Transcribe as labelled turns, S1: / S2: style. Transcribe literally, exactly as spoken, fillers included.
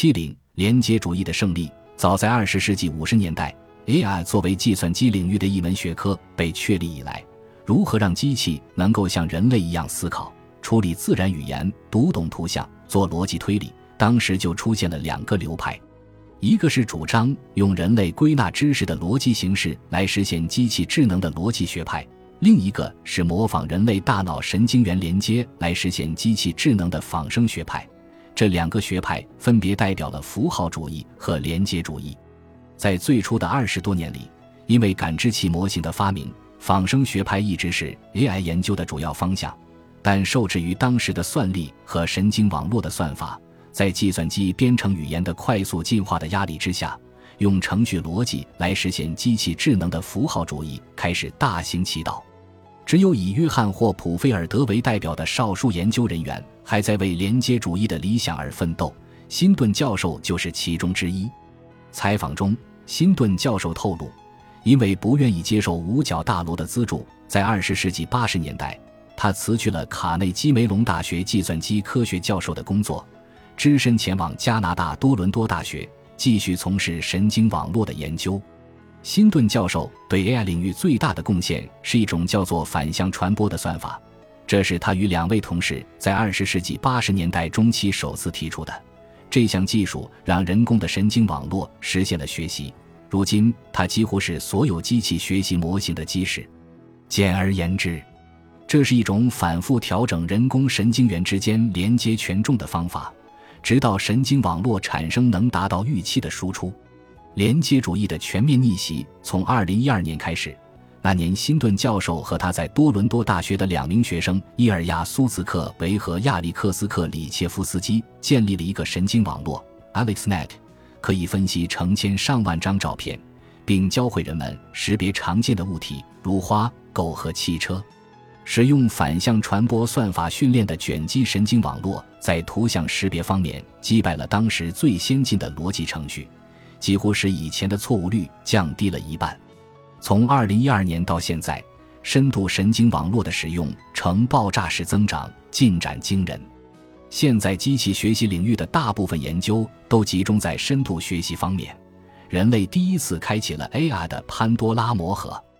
S1: 七零连接主义的胜利。早在二十世纪五十年代 A I 作为计算机领域的一门学科被确立以来，如何让机器能够像人类一样思考、处理自然语言、读懂图像、做逻辑推理，当时就出现了两个流派。一个是主张用人类归纳知识的逻辑形式来实现机器智能的逻辑学派，另一个是模仿人类大脑神经元连接来实现机器智能的仿生学派。这两个学派分别代表了符号主义和连接主义。在最初的二十多年里，因为感知器模型的发明，仿生学派一直是 A I 研究的主要方向，但受制于当时的算力和神经网络的算法，在计算机编程语言的快速进化的压力之下，用程序逻辑来实现机器智能的符号主义开始大行其道。只有以约翰霍普菲尔德为代表的少数研究人员还在为连接主义的理想而奋斗，辛顿教授就是其中之一。采访中，辛顿教授透露，因为不愿意接受五角大楼的资助，在二十世纪八十年代，他辞去了卡内基梅隆大学计算机科学教授的工作，只身前往加拿大多伦多大学，继续从事神经网络的研究。辛顿教授对 A I 领域最大的贡献是一种叫做反向传播的算法，这是他与两位同事在二十世纪八十年代中期首次提出的。这项技术让人工的神经网络实现了学习，如今它几乎是所有机器学习模型的基石。简而言之，这是一种反复调整人工神经元之间连接权重的方法，直到神经网络产生能达到预期的输出。连接主义的全面逆袭从二零一二年开始，那年辛顿教授和他在多伦多大学的两名学生伊尔亚苏茨克维和亚历克斯克里切夫斯基建立了一个神经网络 AlexNet， 可以分析成千上万张照片，并教会人们识别常见的物体，如花、狗和汽车。使用反向传播算法训练的卷积神经网络在图像识别方面击败了当时最先进的逻辑程序，几乎使以前的错误率降低了一半。从二零一二年到现在，深度神经网络的使用呈爆炸式增长，进展惊人。现在机器学习领域的大部分研究都集中在深度学习方面，人类第一次开启了 A I 的潘多拉魔盒。